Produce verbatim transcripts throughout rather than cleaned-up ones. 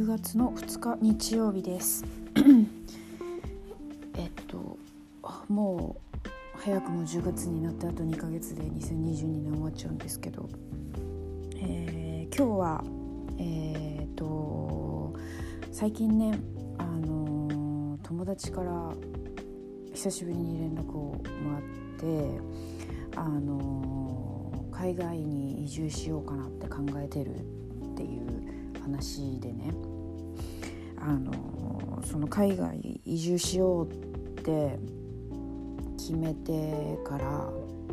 がつのふつか日曜日ですえっともう早くもじゅうがつになってあとにかげつでにせんにじゅうにねん終わっちゃうんですけど、えー、今日はえー、っと最近ね、あのー、友達から久しぶりに連絡をもらって、あのー、海外に移住しようかなって考えてるっていう話でね、あのー、その海外移住しようって決めてから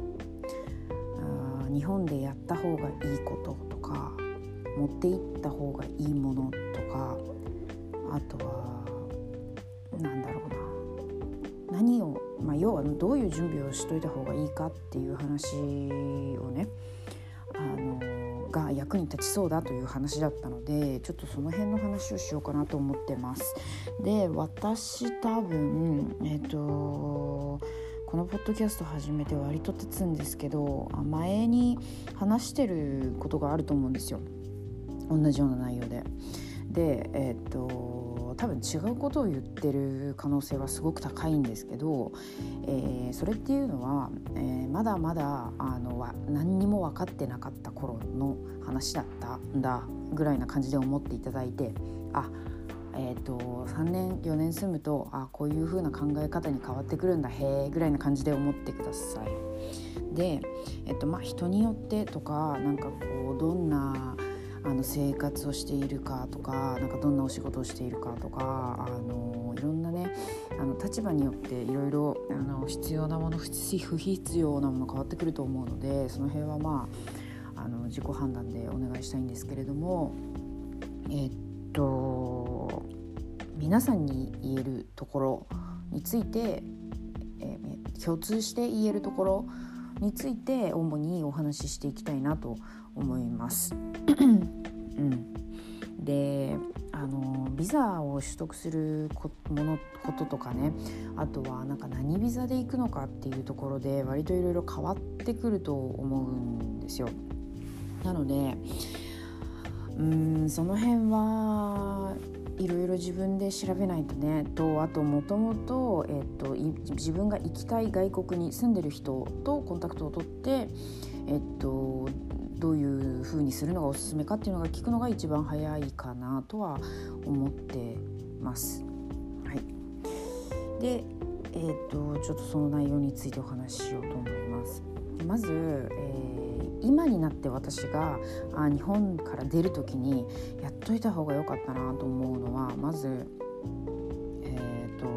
あ日本でやった方がいいこととか持っていった方がいいものとか、あとはなんだろうな何を、まあ、要はどういう準備をしといた方がいいかっていう話をね、あのが役に立ちそうだという話だったので、ちょっとその辺の話をしようかなと思ってます。で、私多分えっとこのポッドキャスト始めて割と経つんですけど、前に話してることがあると思うんですよ、同じような内容で。で、えっと多分違うことを言ってる可能性はすごく高いんですけど、えー、それっていうのは、えー、まだまだあのは何にも分かってなかった頃の話だったんだぐらいな感じで思っていただいて、あえー、とさんねんよねん住むとあこういう風な考え方に変わってくるんだへーぐらいな感じで思ってください。で、えーとまあ、人によってとかなんかこうどんなあの生活をしているかとか、なんかどんなお仕事をしているかとか、あのいろんなねあの立場によっていろいろあの必要なもの不必要なもの変わってくると思うので、その辺はまあ、あの自己判断でお願いしたいんですけれども、えっと皆さんに言えるところについて、えー、共通して言えるところについて主にお話ししていきたいなと思いますうん、であのビザを取得するこものこととかね、あとはなんか何ビザで行くのかっていうところで割といろいろ変わってくると思うんですよ。なのでうーんその辺はいろいろ自分で調べないとねと、あともともと自分が行きたい外国に住んでる人とコンタクトを取って、えっとどういう風にするのがおすすめかっていうのが聞くのが一番早いかなとは思ってます。はい。で、えー、とちょっとその内容についてお話ししようと思います。まず、えー、今になって私があ日本から出るときにやっといた方が良かったなと思うのは、まず、えー、と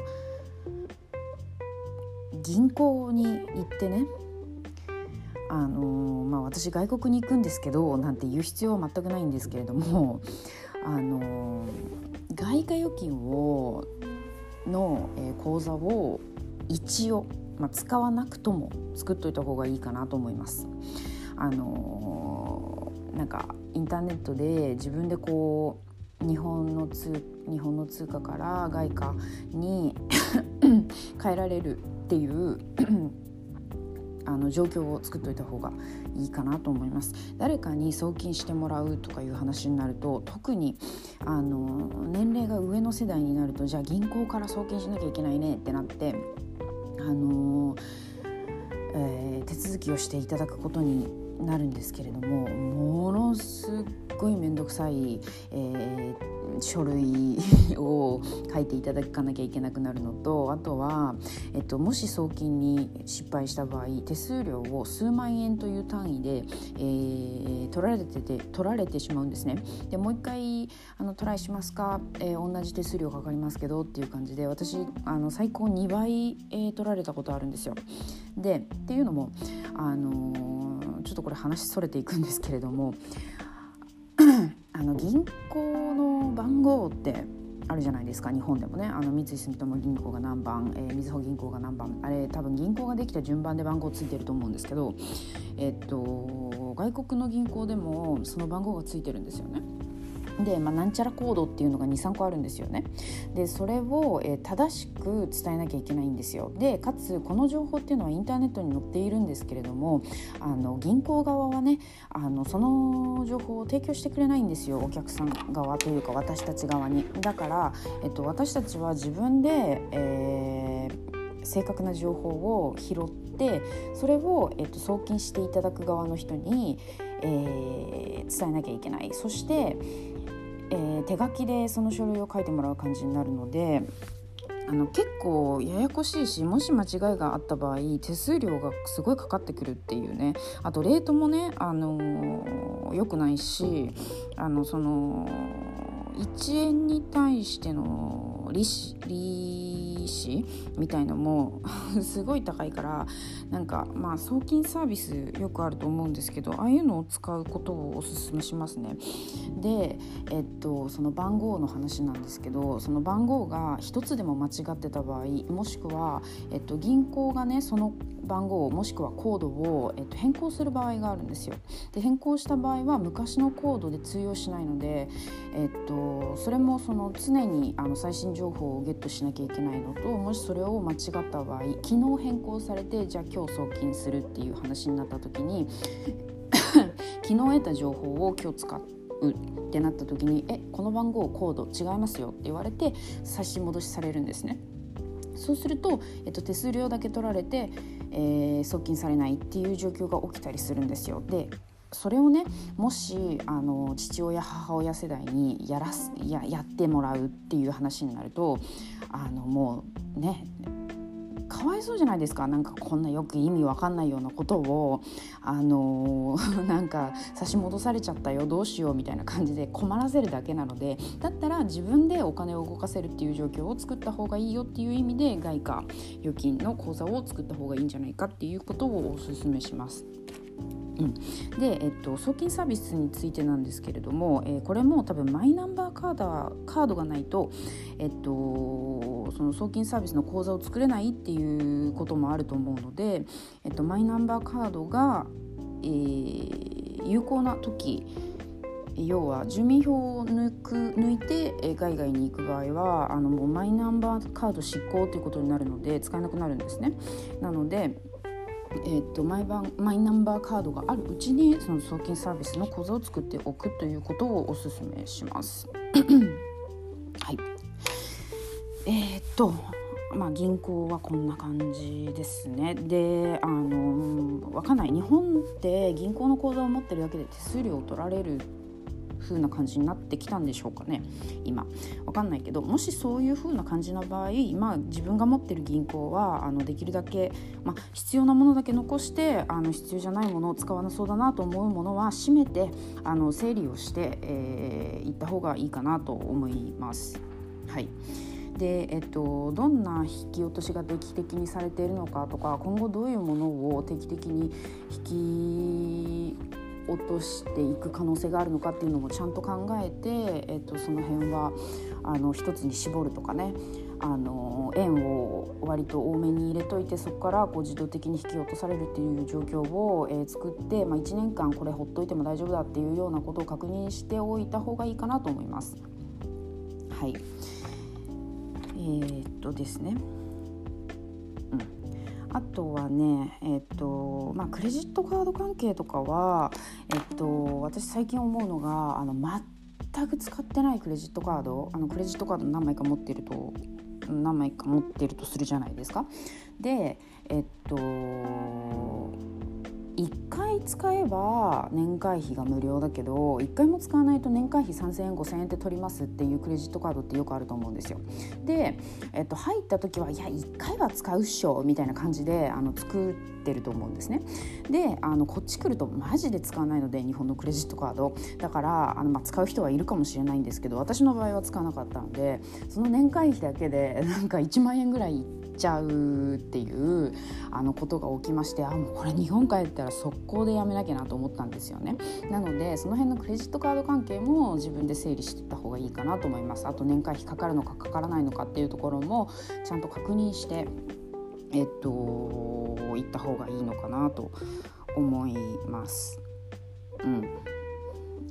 銀行に行ってね、あのーまあ、私外国に行くんですけどなんて言う必要は全くないんですけれども、あのー、外貨預金をの、えー、口座を一応、まあ、使わなくとも作っといた方がいいかなと思います。あのー、なんかインターネットで自分でこう日本の通日本の通貨から外貨に変えられるっていうあの状況を作っておいた方がいいかなと思います。誰かに送金してもらうとかいう話になると、特にあの年齢が上の世代になると、じゃあ銀行から送金しなきゃいけないねってなって、あの、えー、手続きをしていただくことになるんですけれども、ものすっごいめんどくさい、えー書類を書いていただかなきゃいけなくなるのと、あとは、えっと、もし送金に失敗した場合手数料を数万円という単位で、えー、取られてて取られてしまうんですね。でもう一回あのトライしますか、えー、同じ手数料かかりますけどっていう感じで、私あの最高にばい、えー、取られたことあるんですよ。でっていうのも、あのー、ちょっとこれ話それていくんですけれどもあの銀行の番号ってあるじゃないですか。日本でもね、あの三井住友銀行が何番、えー、みずほ銀行が何番、あれ多分銀行ができた順番で番号ついてると思うんですけど、えっと外国の銀行でもその番号がついてるんですよね。 で、まあ、なんちゃらコードっていうのが にさんこあるんですよね。でそれを、えー、正しく伝えなきゃいけないんですよ。でかつこの情報っていうのはインターネットに載っているんですけれども、あの銀行側はね、あのその情報を提供してくれないんですよ、お客さん側というか私たち側に。だから、えっと、私たちは自分で、えー、正確な情報を拾ってそれを、えっと、送金していただく側の人に、えー、伝えなきゃいけない。そしてえー、手書きでその書類を書いてもらう感じになるので、あの結構ややこしいし、もし間違いがあった場合手数料がすごいかかってくるっていうね。あとレートもね、あのー、良くないし、あのそのいちえんに対しての利子、利子みたいのもすごい高いから、なんかまあ送金サービスよくあると思うんですけど、ああいうのを使うことをおすすめしますね。で、えっと、その番号の話なんですけど、その番号が一つでも間違ってた場合、もしくは、えっと、銀行がねその番号もしくはコードを、えっと、変更する場合があるんですよ。で変更した場合は昔のコードで通用しないので、えっと、それもその常にあの最新情報をゲットしなきゃいけないのと、もしそれを間違った場合、昨日変更されてじゃあ今日送金するっていう話になった時に昨日得た情報を今日使うってなった時に、えこの番号コード違いますよって言われて差し戻しされるんですね。そうすると、えっと、手数料だけ取られて、えー、送金されないっていう状況が起きたりするんですよ。でそれをね、もしあの父親母親世代にやらす や, やってもらうっていう話になると、あのもうねかわいそうじゃないですか。なんかこんなよく意味わかんないようなことをあのー、なんか差し戻されちゃったよどうしようみたいな感じで困らせるだけなので、だったら自分でお金を動かせるっていう状況を作った方がいいよっていう意味で、外貨預金の口座を作った方がいいんじゃないかっていうことをお勧めします。うん、で、えっと、送金サービスについてなんですけれども、えー、これも多分マイナンバーカード、カードがないと、えっと、その送金サービスの口座を作れないっていうこともあると思うので、えっと、マイナンバーカードが、えー、有効な時、要は住民票を抜く抜いて、えー、海外に行く場合はあのもうマイナンバーカード失効ということになるので使えなくなるんですね。なのでえー、とマイバンマイナンバーカードがあるうちにその送金サービスの口座を作っておくということをお勧めしますはい。えっ、ー、とまあ銀行はこんな感じですね。で、あのわかんない、日本って銀行の口座を持ってるだけで手数料を取られる風な感じになってきたんでしょうかね。今わかんないけど、もしそういう風な感じの場合、まあ、自分が持ってる銀行はあのできるだけ、まあ、必要なものだけ残して、あの必要じゃないものを使わなそうだなと思うものは閉めて、あの整理をしてい、えー、った方がいいかなと思います。はい。でえっと、どんな引き落としが定期的にされているのかとか、今後どういうものを定期的に引き落としていく可能性があるのかっていうのもちゃんと考えて、えっと、その辺はあの一つに絞るとかね、あの円を割と多めに入れといて、そこからこう自動的に引き落とされるっていう状況を、えー、作って、まあ、いちねんかんこれほっといても大丈夫だっていうようなことを確認しておいた方がいいかなと思います。はい。えー、っとですねあとはね、えっとまあ、クレジットカード関係とかは、えっと、私最近思うのが、あの全く使ってないクレジットカード、あのクレジットカード何枚か持ってると何枚か持ってるとするじゃないですか。で、えっといっかい使えば年会費が無料だけど、いっかいも使わないと年会費さんぜんえんごせんえんって取りますっていうクレジットカードってよくあると思うんですよ。で、えっと、入った時はいやいっかいは使うっしょみたいな感じであの作ってると思うんですね。で、あのこっち来るとマジで使わないので、日本のクレジットカードだからあの、まあ、使う人はいるかもしれないんですけど、私の場合は使わなかったので、その年会費だけでなんかいちまんえんぐらいちゃうっていうあのことが起きまして、あもうこれ日本帰ったら速攻でやめなきゃなと思ったんですよね。なのでその辺のクレジットカード関係も自分で整理していった方がいいかなと思います。あと年会費かかるのかかからないのかっていうところもちゃんと確認してえっと行った方がいいのかなと思います。うん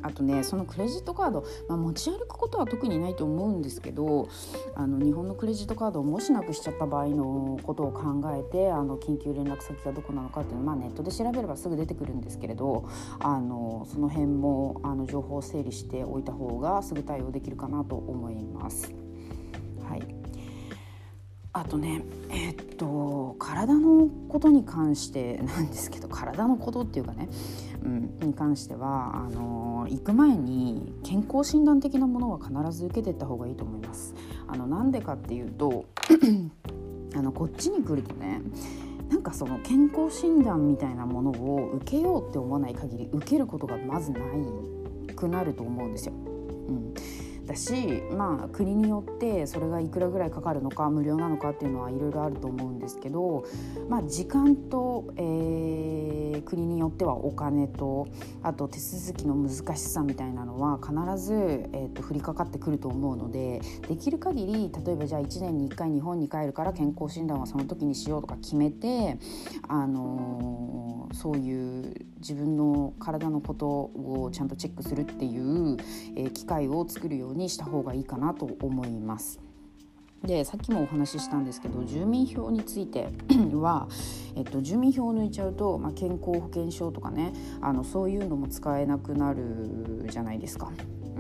あとね、そのクレジットカード、まあ、持ち歩くことは特にないと思うんですけど、あの日本のクレジットカードをもしなくしちゃった場合のことを考えて、あの緊急連絡先がどこなのかっていうのは、まあ、ネットで調べればすぐ出てくるんですけれど、あのその辺もあの情報を整理しておいた方がすぐ対応できるかなと思います。はい。あとね、えー、っと体のことに関してなんですけど、体のことっていうかね、うん、に関してはあの行く前に健康診断的なものは必ず受けていった方がいいと思います。あのなんでかっていうとあのこっちに来るとね、なんかその健康診断みたいなものを受けようって思わない限り受けることがまずないくなると思うんですよ。うんだし、まあ、国によってそれがいくらぐらいかかるのか無料なのかっていうのはいろいろあると思うんですけど、まあ、時間と、えー、国によってはお金と、あと手続きの難しさみたいなのは必ず、えー、と降りかかってくると思うので、できる限り例えばじゃあいちねんにいっかい日本に帰るから健康診断はその時にしようとか決めて、あのー、そういう自分の体のことをちゃんとチェックするっていう、えー、機会を作るようにした方がいいかなと思います。で、さっきもお話ししたんですけど、住民票については、えっと、住民票を抜いちゃうと、まあ、健康保険証とかね、あのそういうのも使えなくなるじゃないですか。うん、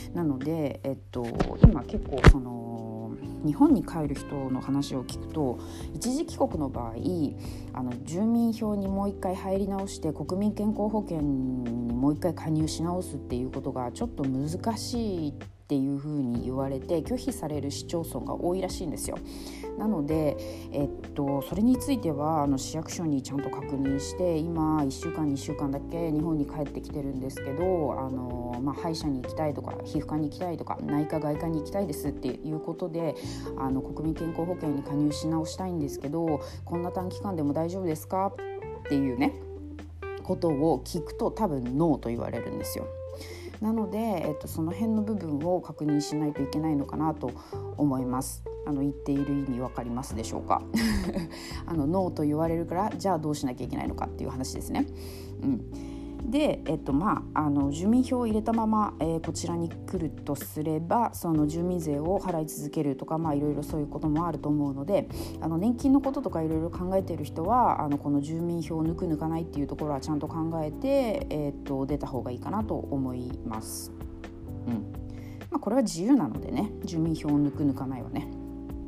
なので、えっと、今結構その日本に帰る人の話を聞くと、一時帰国の場合、あの住民票にもう一回入り直して国民健康保険にもう一回加入し直すっていうことがちょっと難しいっていうふうに言われて拒否される市町村が多いらしいんですよ。なので、えっと、それについてはあの市役所にちゃんと確認して、今いっしゅうかんにしゅうかんだけ日本に帰ってきてるんですけど、あの、まあ、歯医者に行きたいとか皮膚科に行きたいとか内科外科に行きたいですっていうことで、あの国民健康保険に加入し直したいんですけど、こんな短期間でも大丈夫ですかっていうねことを聞くと、多分ノーと言われるんですよ。なので、えっと、その辺の部分を確認しないといけないのかなと思います。あの言っている意味わかりますでしょうかあのノーと言われるから、じゃあどうしなきゃいけないのかっていう話ですね。うん、で、えっとまあ、あの住民票を入れたまま、えー、こちらに来るとすれば、その住民税を払い続けるとか、まあ、いろいろそういうこともあると思うので、あの年金のこととかいろいろ考えている人は、あのこの住民票を抜く抜かないっていうところはちゃんと考えて、えー、っと出た方がいいかなと思います。うんまあ、これは自由なのでね、住民票を抜く抜かないはね、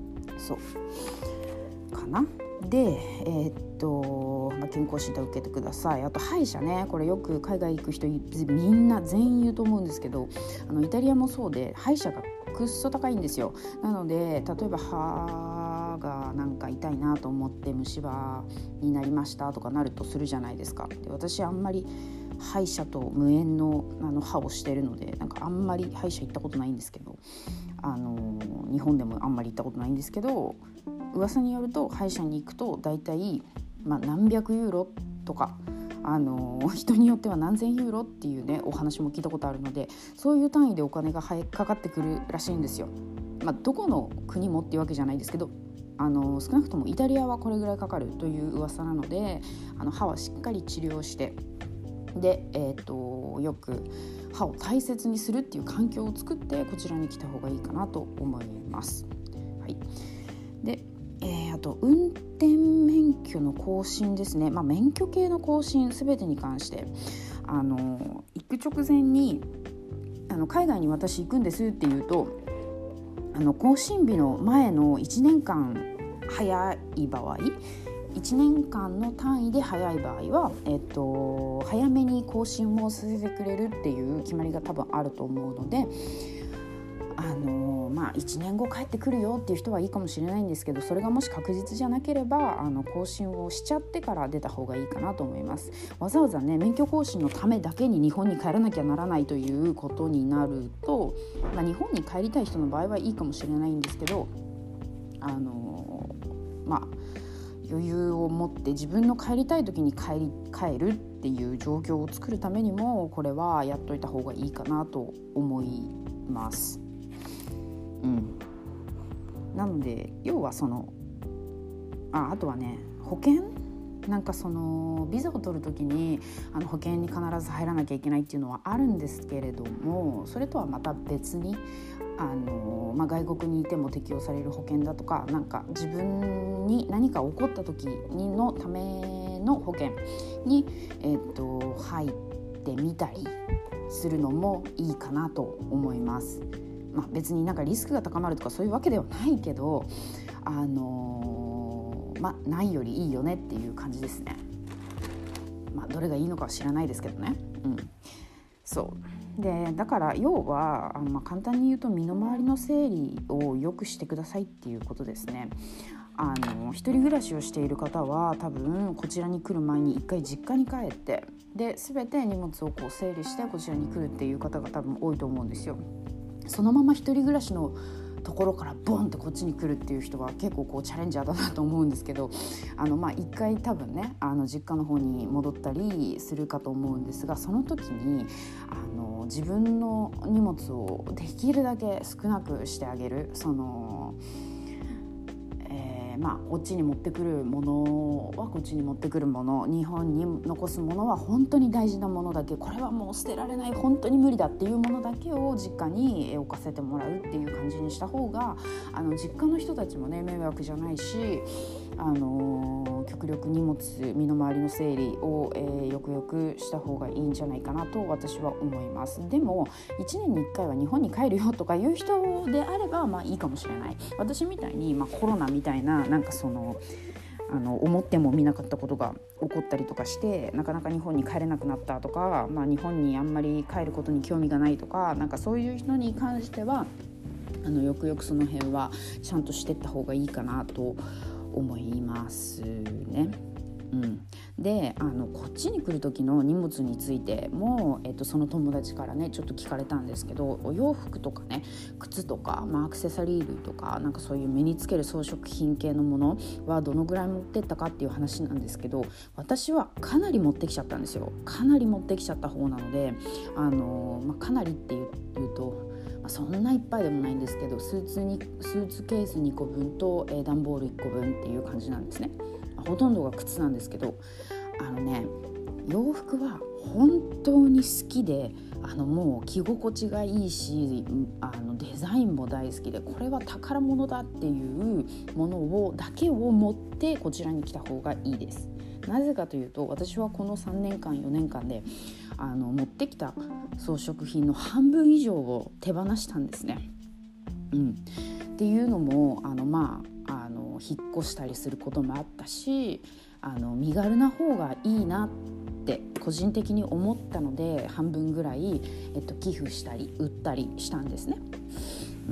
そうかな。で、えー、っと、まあ、健康診断受けてください。あと歯医者ね、これよく海外行く人みんな全員言うと思うんですけど、あのイタリアもそうで歯医者がくっそ高いんですよ。なので、例えば歯がなんか痛いなと思って虫歯になりましたとかなるとするじゃないですか。で、私あんまり歯医者と無縁 の, あの歯をしてるので、なんかあんまり歯医者行ったことないんですけど、あの日本でもあんまり行ったことないんですけど、噂によると歯医者に行くとだいたい、まあ、何百ユーロとか、あの人によっては何千ユーロっていうねお話も聞いたことあるので、そういう単位でお金がかかってくるらしいんですよ。まあ、どこの国もっていうわけじゃないですけど、あの少なくともイタリアはこれぐらいかかるという噂なので、あの歯はしっかり治療して、で、えーと、よく歯を大切にするっていう環境を作ってこちらに来た方がいいかなと思います。はい。で、えー、あと運転免許の更新ですね。まあ、免許系の更新すべてに関して、あの行く直前にあの海外に私行くんですって言うと、あの更新日の前のいちねんかん早い場合、いちねんかんの単位で早い場合は、えっと、早めに更新をさせてくれるっていう決まりが多分あると思うので、あのまあ、いちねんご帰ってくるよっていう人はいいかもしれないんですけど、それがもし確実じゃなければ、あの更新をしちゃってから出た方がいいかなと思います。わざわざね、免許更新のためだけに日本に帰らなきゃならないということになると、まあ、日本に帰りたい人の場合はいいかもしれないんですけど、あのまあ余裕を持って自分の帰りたい時に帰り帰るっていう状況を作るためにも、これはやっといた方がいいかなと思います。うん、なので要はその あ, あとはね保険なんかそのビザを取るときにあの保険に必ず入らなきゃいけないっていうのはあるんですけれども、それとはまた別にあの、まあ、外国にいても適用される保険だとか、なんか自分に何か起こった時にのための保険に、えー、と入ってみたりするのもいいかなと思います。まあ、別になんかリスクが高まるとかそういうわけではないけど、あのー、まあないよりいいよねっていう感じですね。まあどれがいいのかは知らないですけどね。うん、そうで、だから要はあの、まあ、簡単に言うと身の回りの整理をよくしてくださいっていうことですね。あの一人暮らしをしている方は多分こちらに来る前に一回実家に帰って、で全て荷物をこう整理してこちらに来るっていう方が多分多いと思うんですよ。そのまま一人暮らしのところからボンってこっちに来るっていう人は結構こうチャレンジャーだなと思うんですけど、あのまあ一回多分ねあの実家の方に戻ったりするかと思うんですが、その時にあの自分の荷物をできるだけ少なくしてあげる。そのまあ、こっちに持ってくるものはこっちに持ってくるもの、日本に残すものは本当に大事なものだけ、これはもう捨てられない本当に無理だっていうものだけを実家に置かせてもらうっていう感じにした方が、あの実家の人たちもね迷惑じゃないし、あの極力荷物身の回りの整理を、えー、よくよくした方がいいんじゃないかなと私は思います。でもいちねんにいっかいは日本に帰るよとかいう人であればまあいいかもしれない。私みたいに、まあ、コロナみたいななんかそのあの思っても見なかったことが起こったりとかしてなかなか日本に帰れなくなったとか、まあ、日本にあんまり帰ることに興味がないとか、なんかそういう人に関してはあのよくよくその辺はちゃんとしていった方がいいかなと思いますね。うん、であのこっちに来る時の荷物についても、えっと、その友達からねちょっと聞かれたんですけど、お洋服とかね靴とか、まあ、アクセサリー類とかなんかそういう身につける装飾品系のものはどのぐらい持ってったかっていう話なんですけど、私はかなり持ってきちゃったんですよ。かなり持ってきちゃった方なので、あの、まあ、かなりっていうとそんないっぱいでもないんですけど、スーツにスーツケースにこぶんと、えー、段ボールいっこぶんっていう感じなんですね。ほとんどが靴なんですけど、あのね洋服は本当に好きで、あのもう着心地がいいし、あのデザインも大好きで、これは宝物だっていうものをだけを持ってこちらに来た方がいいです。なぜかというと、私はこのさんねんかんよねんかんであの持ってきた装飾品の半分以上を手放したんですね。うん、っていうのもあのまああの引っ越したりすることもあったし、あの身軽な方がいいなって個人的に思ったので、半分ぐらい、えっと、寄付したり売ったりしたんですね。うん、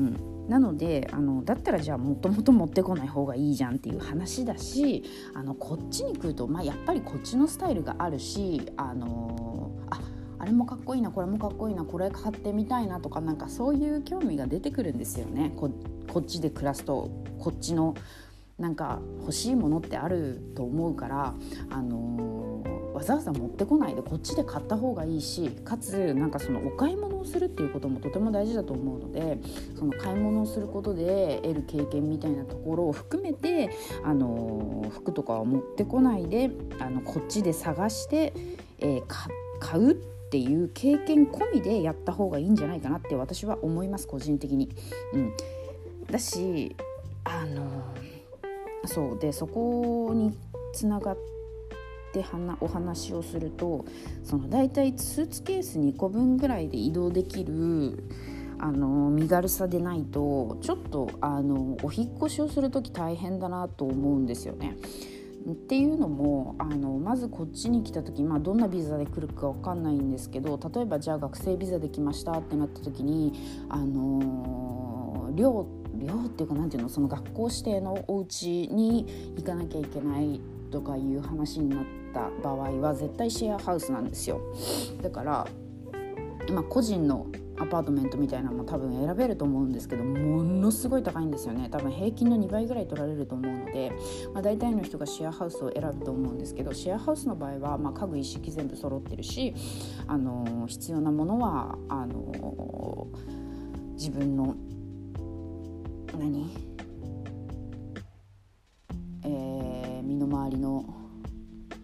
なのであのだったらじゃあもともと持ってこない方がいいじゃんっていう話だし、あのこっちに来ると、まあ、やっぱりこっちのスタイルがあるし、あのああれもかっこいいな、これもかっこいいな、これ買ってみたいなとか、なんかそういう興味が出てくるんですよね。 こ, こっちで暮らすとこっちのなんか欲しいものってあると思うから、あのー、わざわざ持ってこないでこっちで買った方がいいし、かつなんかそのお買い物をするっていうこともとても大事だと思うので、その買い物をすることで得る経験みたいなところを含めて、あのー、服とかは持ってこないであのこっちで探して、えー、買うっていう経験込みでやった方がいいんじゃないかなって私は思います、個人的に。うん、だしあのーそうで、そこにつながってお話をすると、そのだいたいスーツケースにこぶんぐらいで移動できるあの身軽さでないと、ちょっとあのお引っ越しをするとき大変だなと思うんですよね。っていうのもあのまずこっちに来た時、まあ、どんなビザで来るか分かんないんですけど、例えばじゃあ学生ビザで来ましたってなった時に、あの寮寮っていうかなんていうの、その学校指定のお家に行かなきゃいけないとかいう話になった場合は絶対シェアハウスなんですよ。だから、まあ、個人のアパートメントみたいなのも多分選べると思うんですけど、ものすごい高いんですよね。多分平均のにばいぐらい取られると思うので、まあ、大体の人がシェアハウスを選ぶと思うんですけど、シェアハウスの場合は、まあ、家具一式全部揃ってるし、あの必要なものはあの自分の何、えー、身の回りの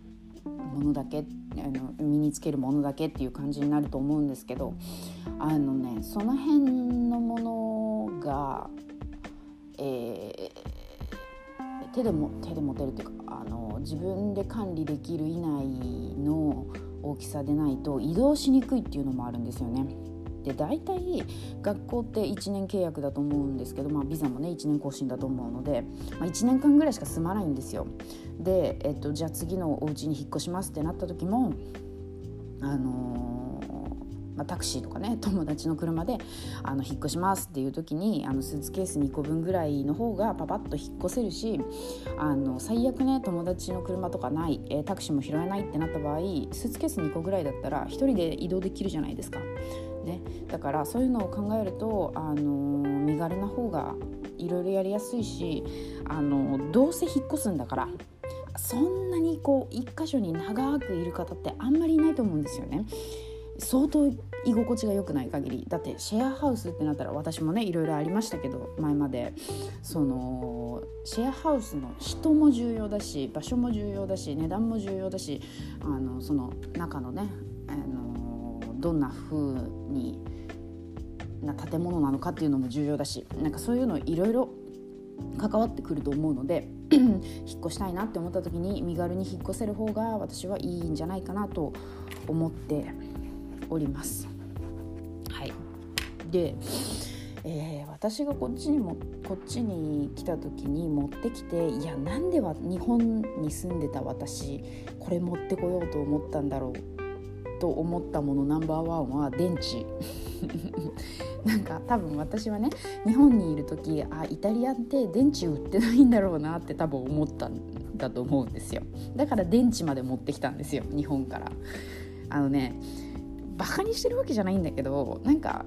ものだけ、あの身につけるものだけっていう感じになると思うんですけど、あのねその辺のものが、えー、手でも手で持てるっていうか、あの自分で管理できる以内の大きさでないと移動しにくいっていうのもあるんですよね。で大体学校っていちねん契約だと思うんですけど、まあ、ビザもねいちねん更新だと思うので、まあ、いちねんかんぐらいしか住まないんですよ。で、えっと、じゃあ次のお家に引っ越しますってなった時も、あのーまあ、タクシーとかね友達の車であの引っ越しますっていう時にあのスーツケースにこぶんぐらいの方がパパッと引っ越せるし、あの最悪ね友達の車とかない、えー、タクシーも拾えないってなった場合スーツケースにこぐらいだったら一人で移動できるじゃないですか。ね、だからそういうのを考えると、あのー、身軽な方がいろいろやりやすいし、あのー、どうせ引っ越すんだからそんなにこう一箇所に長くいる方ってあんまりいないと思うんですよね。相当居心地が良くない限り、だってシェアハウスってなったら私もねいろいろありましたけど前まで、そのシェアハウスの人も重要だし場所も重要だし値段も重要だし、あのその中のね、あのどんな風にな建物なのかっていうのも重要だし、なんかそういうのいろいろ関わってくると思うので引っ越したいなって思った時に身軽に引っ越せる方が私はいいんじゃないかなと思っております。はい。で、えー、私がこっちにもこっちに来た時に持ってきて、いやなんでは日本に住んでた私これ持ってこようと思ったんだろうと思ったものナンバーワンは電池なんか多分私はね日本にいる時、あイタリアって電池売ってないんだろうなって多分思ったんだと思うんですよ。だから電池まで持ってきたんですよ日本から。あのねバカにしてるわけじゃないんだけど、なんか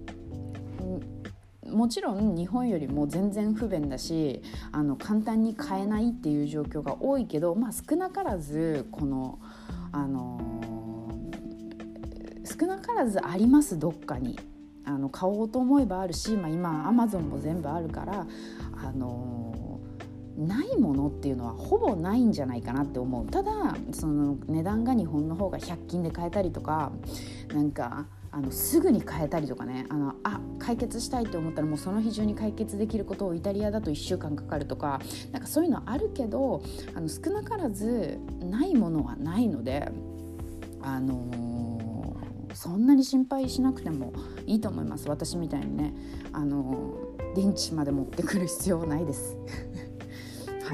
もちろん日本よりも全然不便だし、あの簡単に買えないっていう状況が多いけど、まあ少なからずこのあの少なからずあります。どっかにあの買おうと思えばあるし、まあ、今アマゾンも全部あるから、あのー、ないものっていうのはほぼないんじゃないかなって思う。ただその値段が日本の方がひゃく均で買えたりとか、なんかあのすぐに買えたりとかね、あのあ解決したいと思ったらもうその日中に解決できることをイタリアだといっしゅうかんかかるとか、なんかそういうのあるけど、あの少なからずないものはないので、あのーそんなに心配しなくてもいいと思います。私みたいにね、あの電池まで持ってくる必要ないですはい。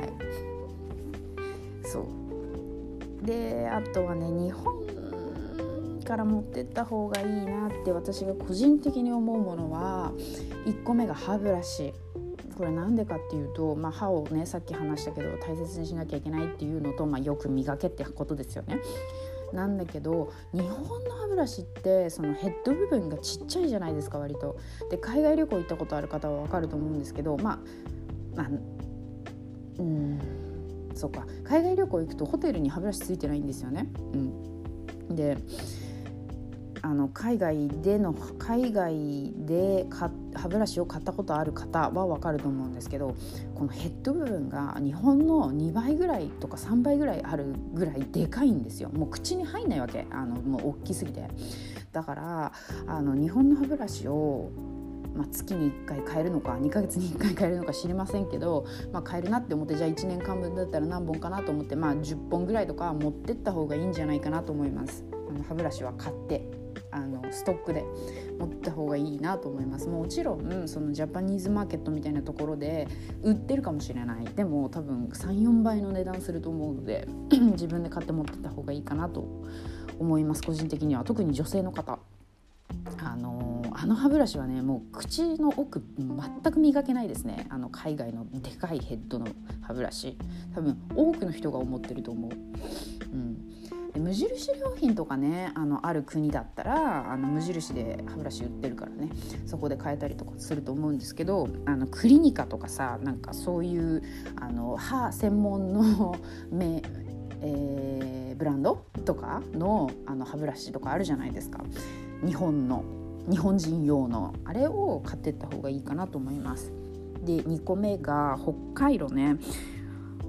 そうで、あとはね日本から持ってった方がいいなって私が個人的に思うものは、いっこめが歯ブラシ。これなんでかっていうと、まあ、歯をねさっき話したけど大切にしなきゃいけないっていうのと、まあ、よく磨けってことですよね。なんだけど日本の歯ブラシってそのヘッド部分がちっちゃいじゃないですか割と。で海外旅行行ったことある方は分かると思うんですけど、まあ、まあ、うーんそうか海外旅行行くとホテルに歯ブラシついてないんですよね。うん、であの海外での海外で歯ブラシを買ったことある方は分かると思うんですけど、このヘッド部分が日本のにばいぐらいとかさんばいぐらいあるぐらいでかいんですよ。もう口に入んないわけ、あのもう大きすぎて。だからあの日本の歯ブラシを、まあ、月にいっかい買えるのかにかげつにいっかい買えるのか知りませんけど、まあ、買えるなって思って、じゃあいちねんかんぶんだったら何本かなと思って、まあ、じゅっぽんぐらいとか持ってった方がいいんじゃないかなと思います。あの歯ブラシは買ってあのストックで持った方がいいなと思います。もちろんそのジャパニーズマーケットみたいなところで売ってるかもしれない。でも多分 さん,よん 倍の値段すると思うので自分で買って持ってった方がいいかなと思います。個人的には特に女性の方、あのあの歯ブラシはねもう口の奥全く磨けないですね。あの海外のでかいヘッドの歯ブラシ、多分多くの人が思ってると思う。うん無印良品とかね あのある国だったらあの無印で歯ブラシ売ってるからね、そこで買えたりとかすると思うんですけど、あのクリニカとかさ、なんかそういうあの歯専門の目、えー、ブランドとか の, あの歯ブラシとかあるじゃないですか。日本の日本人用のあれを買ってった方がいいかなと思います。でにこめが北海道ね。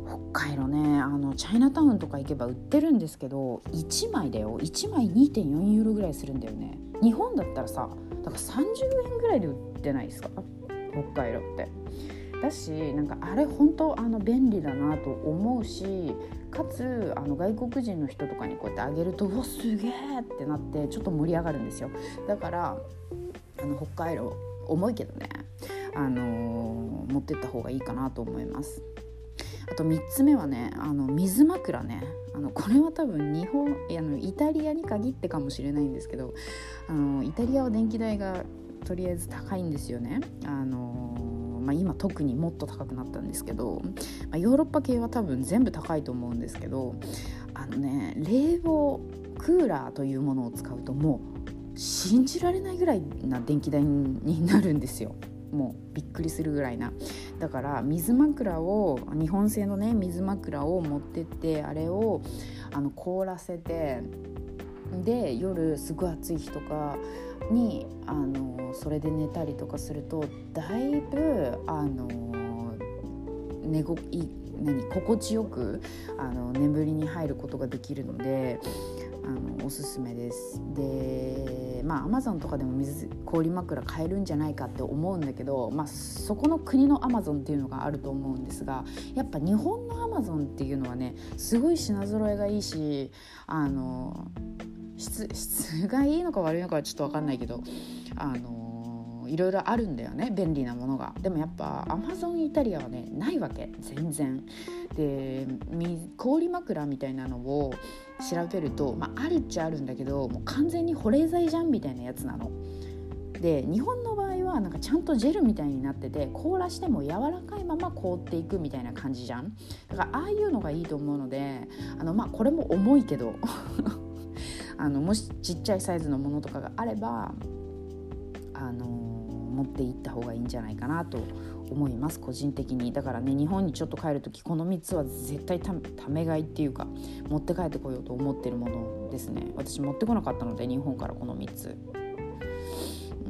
北海道ね、あのチャイナタウンとか行けば売ってるんですけど、いちまいだよ、いちまい にてんよん ユーロぐらいするんだよね。日本だったらさ、だからさんじゅうえんぐらいで売ってないですか、北海道って。だし、なんかあれ本当あの便利だなと思うし、かつあの外国人の人とかにこうやってあげると、うわすげーってなってちょっと盛り上がるんですよ。だからあの北海道重いけどね、あのー、持ってった方がいいかなと思います。あとみっつめはね、あの水枕ね。あのこれは多分日本あのイタリアに限ってかもしれないんですけど、あのイタリアは電気代がとりあえず高いんですよね。あのーまあ、今特にもっと高くなったんですけど、まあ、ヨーロッパ系は多分全部高いと思うんですけど、あのね、冷房クーラーというものを使うともう信じられないぐらいな電気代になるんですよ。もうびっくりするぐらいな。だから水枕を、日本製のね水枕を持ってって、あれをあの凍らせて、で夜すごい暑い日とかにあのそれで寝たりとかすると、だいぶあの寝ごい何心地よくあの眠りに入ることができるので、あのおすすめです。で、まあ Amazon とかでも水氷枕買えるんじゃないかって思うんだけど、まあそこの国の Amazon っていうのがあると思うんですが、やっぱ日本の Amazon っていうのはね、すごい品揃えがいいし、あの質質がいいのか悪いのかはちょっと分かんないけど、あのいろいろあるんだよね、便利なものが。でもやっぱ Amazon イタリアはねないわけ、全然で。氷枕みたいなのを調べると、まあ、あるっちゃあるんだけど、もう完全に保冷剤じゃんみたいなやつなので、日本の場合はなんかちゃんとジェルみたいになってて、凍らしても柔らかいまま凍っていくみたいな感じじゃん。だからああいうのがいいと思うので、あのまあこれも重いけどあのもしちっちゃいサイズのものとかがあれば、あの持っていった方がいいんじゃないかなと思います、個人的に。だからね、日本にちょっと帰るときこのみっつは絶対 た, ため買いっていうか持って帰ってこようと思ってるものですね。私持ってこなかったので、日本からこのみっつ、うん、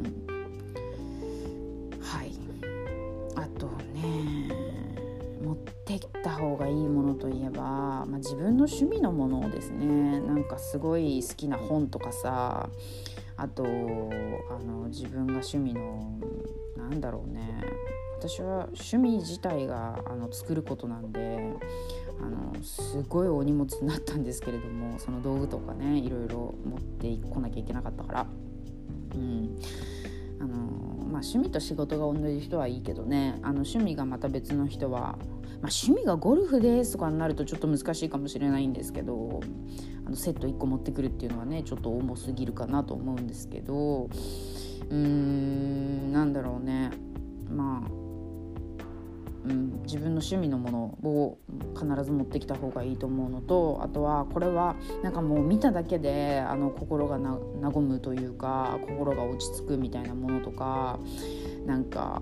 はい。あとね、持ってきた方がいいものといえば、まあ、自分の趣味のものですね。なんかすごい好きな本とかさ、あとあの自分が趣味のなんだろうね、私は趣味自体があの作ることなんで、あのすごいお荷物になったんですけれども、その道具とかねいろいろ持ってこなきゃいけなかったから、うんあのまあ、趣味と仕事が同じ人はいいけどね、あの趣味がまた別の人は、まあ、趣味がゴルフですとかになるとちょっと難しいかもしれないんですけど、あのセットいっこ持ってくるっていうのはねちょっと重すぎるかなと思うんですけど、うーんなんだろうね、まあ、うん、自分の趣味のものを必ず持ってきた方がいいと思うのと、あとはこれはなんかもう見ただけであの心がな和むというか、心が落ち着くみたいなものとか、なんか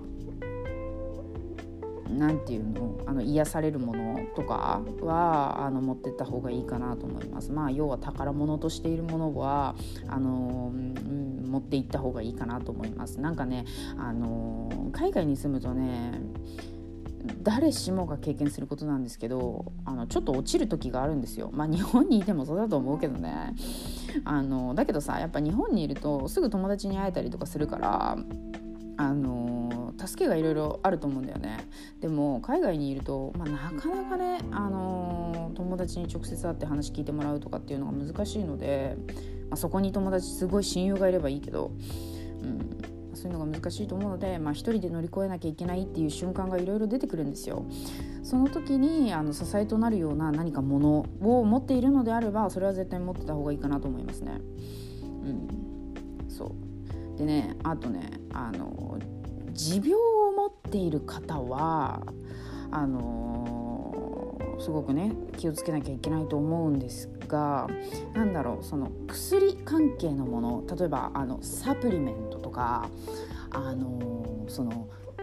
なんていうの、あの癒されるものとかはあの持ってった方がいいかなと思います。まあ要は宝物としているものはあの、うん、持っていった方がいいかなと思います。なんかね、あの海外に住むとね、誰しもが経験することなんですけど、あのちょっと落ちる時があるんですよ。まあ日本にいてもそうだと思うけどね、あのだけどさ、やっぱ日本にいるとすぐ友達に会えたりとかするから、あの助けがいろいろあると思うんだよね。でも海外にいると、まあ、なかなかね、あの友達に直接会って話聞いてもらうとかっていうのが難しいので、まあ、そこに友達すごい親友がいればいいけど、うん、そういうのが難しいと思うので、まあ、一人で乗り越えなきゃいけないっていう瞬間がいろいろ出てくるんですよ。その時にあの支えとなるような何かものを持っているのであれば、それは絶対持ってた方がいいかなと思いますね。うん、そうでね、あとね、あの持病を持っている方はあのすごくね気をつけなきゃいけないと思うんですが、なんだろう、その薬関係のもの、例えばあのサプリメントとか、あのその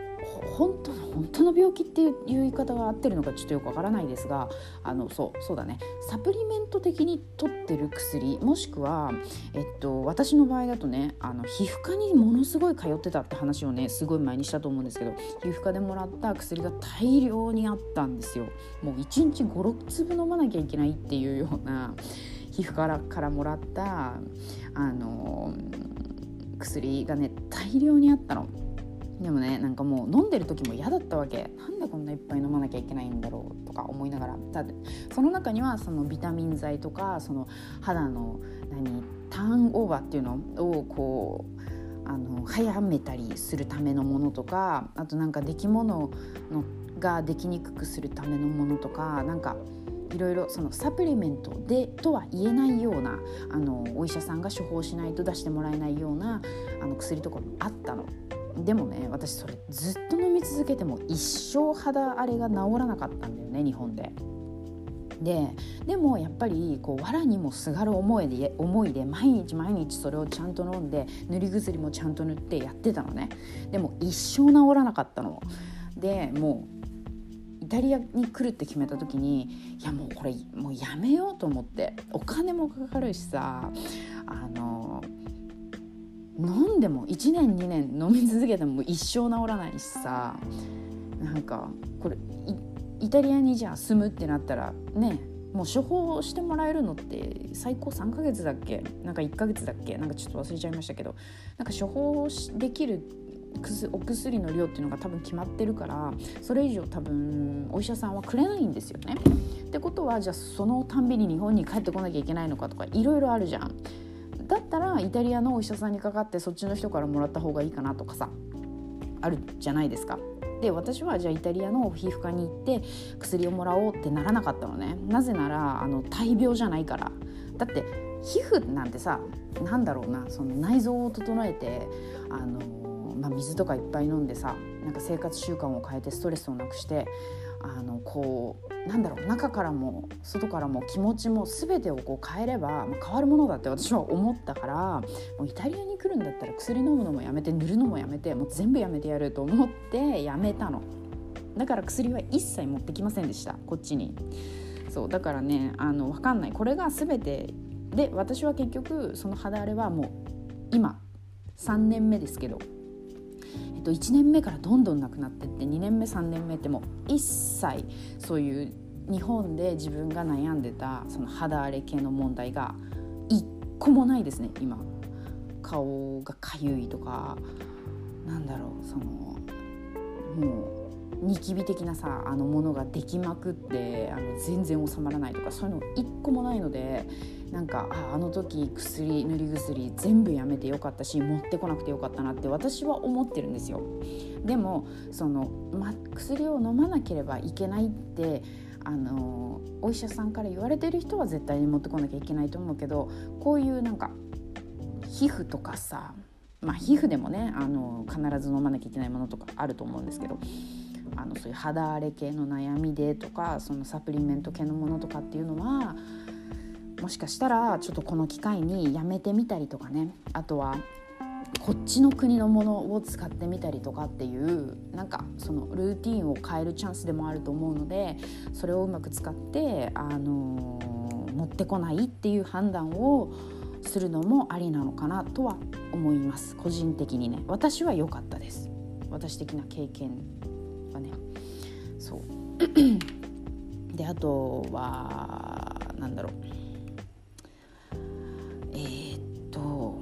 本当の本当の病気っていう言い方が合ってるのかちょっとよくわからないですが、あのそうそうだねサプリメント的に取ってる薬、もしくは、えっと、私の場合だとねあの皮膚科にものすごい通ってたって話をねすごい前にしたと思うんですけど、皮膚科でもらった薬が大量にあったんですよ。もういちにちごろくつぶ飲まなきゃいけないっていうような皮膚科からからもらったあの薬がね大量にあったの。でもねなんかもう飲んでる時も嫌だったわけ。なんでこんないっぱい飲まなきゃいけないんだろうとか思いながら、ただその中にはそのビタミン剤とかその肌の何ターンオーバーっていうのをこうあの早めたりするためのものとか、あとなんか出来物のができにくくするためのものとか、なんかいろいろそのサプリメントでとは言えないようなあのお医者さんが処方しないと出してもらえないようなあの薬とかもあったの。でもね私それずっと飲み続けても一生肌荒れが治らなかったんだよね、日本で。で, でもやっぱりこう藁にもすがる思いで思いで毎日毎日それをちゃんと飲んで塗り薬もちゃんと塗ってやってたのね。でも一生治らなかったので、もうイタリアに来るって決めた時にいやもうこれもうやめようと思って、お金もかかるしさ、あの飲んでもいちねんにねん飲み続けても一生治らないしさ、なんかこれ イ, イタリアにじゃあ住むってなったらね、もう処方してもらえるのって最高さんかげつだっけ、なんかいっかげつだっけ、なんかちょっと忘れちゃいましたけど、なんか処方できるお薬の量っていうのが多分決まってるから、それ以上多分お医者さんはくれないんですよね。ってことはじゃあそのたんびに日本に帰ってこなきゃいけないのかとかいろいろあるじゃん。だったらイタリアのお医者さんにかかってそっちの人からもらった方がいいかなとかさ、あるじゃないですか。で私はじゃあイタリアの皮膚科に行って薬をもらおうってならなかったのね。なぜならあの大病じゃないから。だって皮膚なんてさ、なんだろうな、その内臓を整えてあの、まあ、水とかいっぱい飲んでさ、なんか生活習慣を変えてストレスをなくしてあのこうなんだろう、中からも外からも気持ちも全てをこう変えれば、まあ、変わるものだって私は思ったから、もうイタリアに来るんだったら薬飲むのもやめて塗るのもやめてもう全部やめてやると思ってやめたの。だから薬は一切持ってきませんでしたこっちに。そうだからね、あの分かんない、これが全てで、私は結局その肌荒れはもう今さんねんめですけど、えっと、いちねんめからどんどんなくなってってにねんめさんねんめってもう一切そういう日本で自分が悩んでたその肌荒れ系の問題が一個もないですね今。顔がかゆいとか、なんだろう、そのもうニキビ的なさあのものができまくってあの全然収まらないとか、そういうの一個もないので、なんか あ, あの時薬塗り薬全部やめてよかったし持ってこなくてよかったなって私は思ってるんですよ。でもその、ま、薬を飲まなければいけないってあのお医者さんから言われてる人は絶対に持ってこなきゃいけないと思うけど、こういうなんか皮膚とかさ、まあ皮膚でもねあの必ず飲まなきゃいけないものとかあると思うんですけど、あのそういう肌荒れ系の悩みでとか、そのサプリメント系のものとかっていうのはもしかしたらちょっとこの機会にやめてみたりとかね、あとはこっちの国のものを使ってみたりとかっていう、なんかそのルーティンを変えるチャンスでもあると思うので、それをうまく使ってあのー、持ってこないっていう判断をするのもありなのかなとは思います。個人的にね、私は良かったです。私的な経験はね。そうで、あとはなんだろう、えー、っと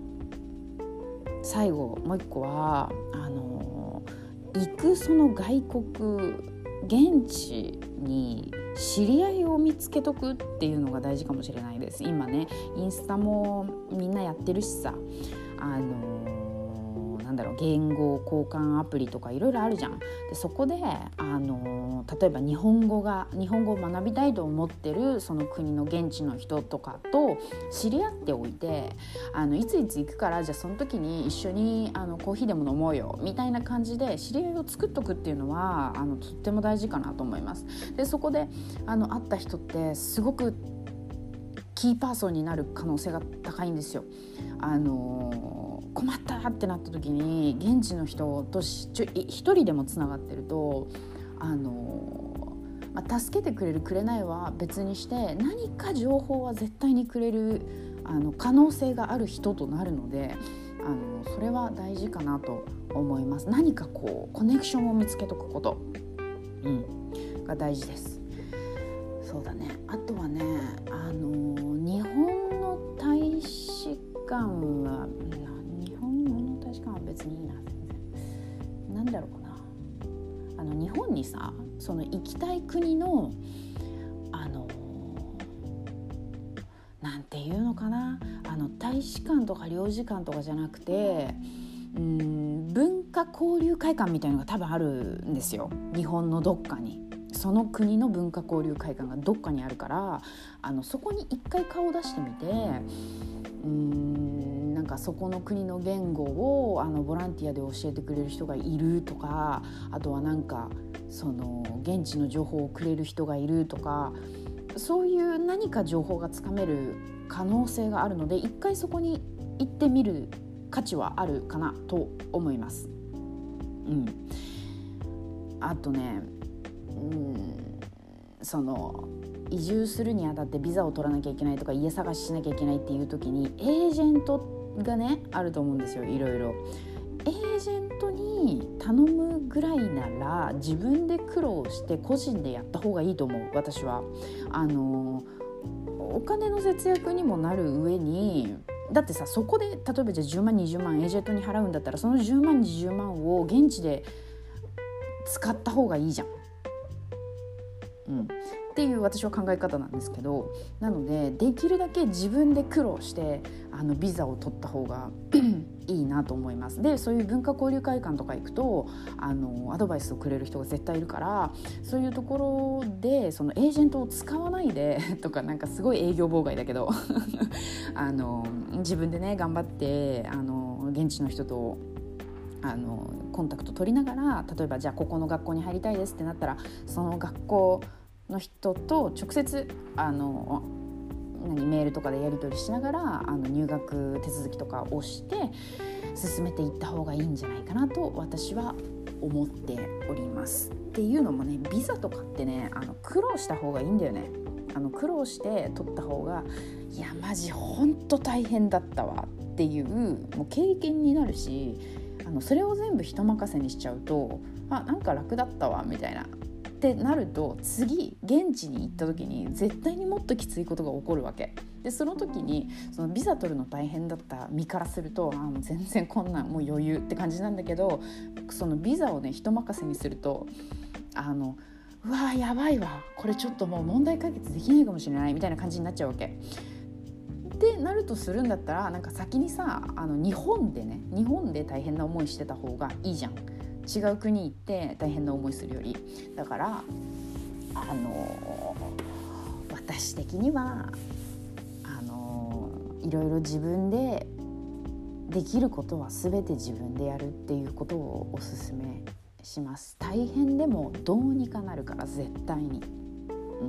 最後もう一個はあの行くその外国現地に知り合いを見つけとくっていうのが大事かもしれないです。今ねインスタもみんなやってるしさ、あのなんだろう、言語交換アプリとかいろいろあるじゃん。でそこであの例えば日本語が日本語を学びたいと思ってるその国の現地の人とかと知り合っておいて、あのいついつ行くからじゃあその時に一緒にあのコーヒーでも飲もうよみたいな感じで知り合いを作っとくっていうのはあのとっても大事かなと思います。でそこであの会った人ってすごくキーパーソンになる可能性が高いんですよ。あのー、困ったってなった時に現地の人としちょ一人でもつながってると、あのーまあ、助けてくれるくれないは別にして何か情報は絶対にくれるあの可能性がある人となるので、あのそれは大事かなと思います。何かこうコネクションを見つけとくこと、うん、が大事です。そうだね。あとはね、あの日本の大使館は日本の大使館は別にいいな、全然。なんだろうかな。あの日本にさ、その行きたい国のあのなんていうのかな、あの大使館とか領事館とかじゃなくて、うーん文化交流会館みたいなのが多分あるんですよ。日本のどっかに。その国の文化交流会館がどっかにあるから、あのそこに一回顔を出してみて、うーんなんかそこの国の言語をあのボランティアで教えてくれる人がいるとか、あとはなんかその現地の情報をくれる人がいるとか、そういう何か情報がつかめる可能性があるので、一回そこに行ってみる価値はあるかなと思います。うん、あとね、うん、その移住するにあたってビザを取らなきゃいけないとか家探ししなきゃいけないっていう時にエージェントがねあると思うんですよ。いろいろエージェントに頼むぐらいなら自分で苦労して個人でやった方がいいと思う。私はあのお金の節約にもなる上に、だってさ、そこで例えばじゃあじゅうまんにじゅうまんエージェントに払うんだったら、そのじゅうまんにじゅうまんを現地で使った方がいいじゃん、うん、っていう私は考え方なんですけど、なのでできるだけ自分で苦労してあのビザを取った方がいいなと思います。で、そういう文化交流会館とか行くとあのアドバイスをくれる人が絶対いるから、そういうところでそのエージェントを使わないでとか、なんかすごい営業妨害だけどあの自分でね頑張ってあの現地の人とあのコンタクト取りながら、例えばじゃあここの学校に入りたいですってなったら、その学校の人と直接あの何メールとかでやり取りしながらあの入学手続きとかをして進めていった方がいいんじゃないかなと私は思っております。っていうのもね、ビザとかってね、あの苦労した方がいいんだよね。あの苦労して取った方が、いやマジほんと大変だったわっていうもう経験になるし、あのそれを全部人任せにしちゃうと、あなんか楽だったわみたいなってなると、次現地に行った時に絶対にもっときついことが起こるわけで、その時にそのビザ取るの大変だった身からすると、あもう全然こんなんもう余裕って感じなんだけど、そのビザをね人任せにすると、あのうわーやばいわ、これちょっともう問題解決できないかもしれないみたいな感じになっちゃうわけで、なるとするんだったら、なんか先にさ、あの日本でね日本で大変な思いしてた方がいいじゃん。違う国行って大変な思いするより。だからあの私的にはあのいろいろ自分でできることは全て自分でやるっていうことをおすすめします。大変でもどうにかなるから絶対に、うん、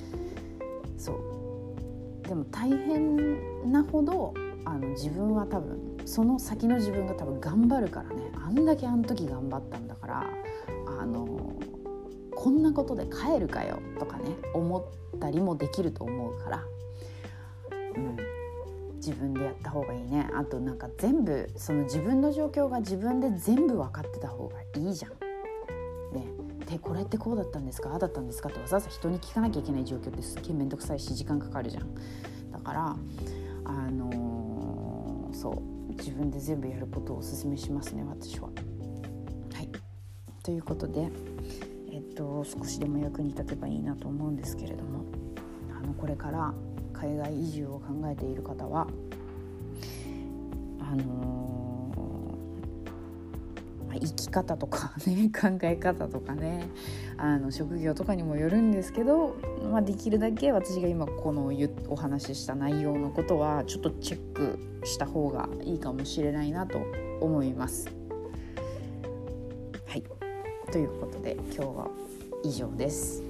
そうでも大変なほどあの自分は多分その先の自分が多分頑張るからね。あんだけあの時頑張ったんだから、あのこんなことで帰るかよとかね思ったりもできると思うから、うん、自分でやった方がいいね。あとなんか全部その自分の状況が自分で全部分かってた方がいいじゃん。ね、でこれってこうだったんですか、ああだったんですかってわざわざ人に聞かなきゃいけない状況ってすっげえめんどくさいし時間かかるじゃん。だからあのー、そう自分で全部やることをお勧めしますね、私は。はい、ということで、えっと、少しでも役に立てばいいなと思うんですけれども、あのこれから海外移住を考えている方はあのー、生き方とかね考え方とかねあの職業とかにもよるんですけど、まあ、できるだけ私が今このお話しした内容のことはちょっとチェックした方がいいかもしれないなと思います。はい、ということで今日は以上です。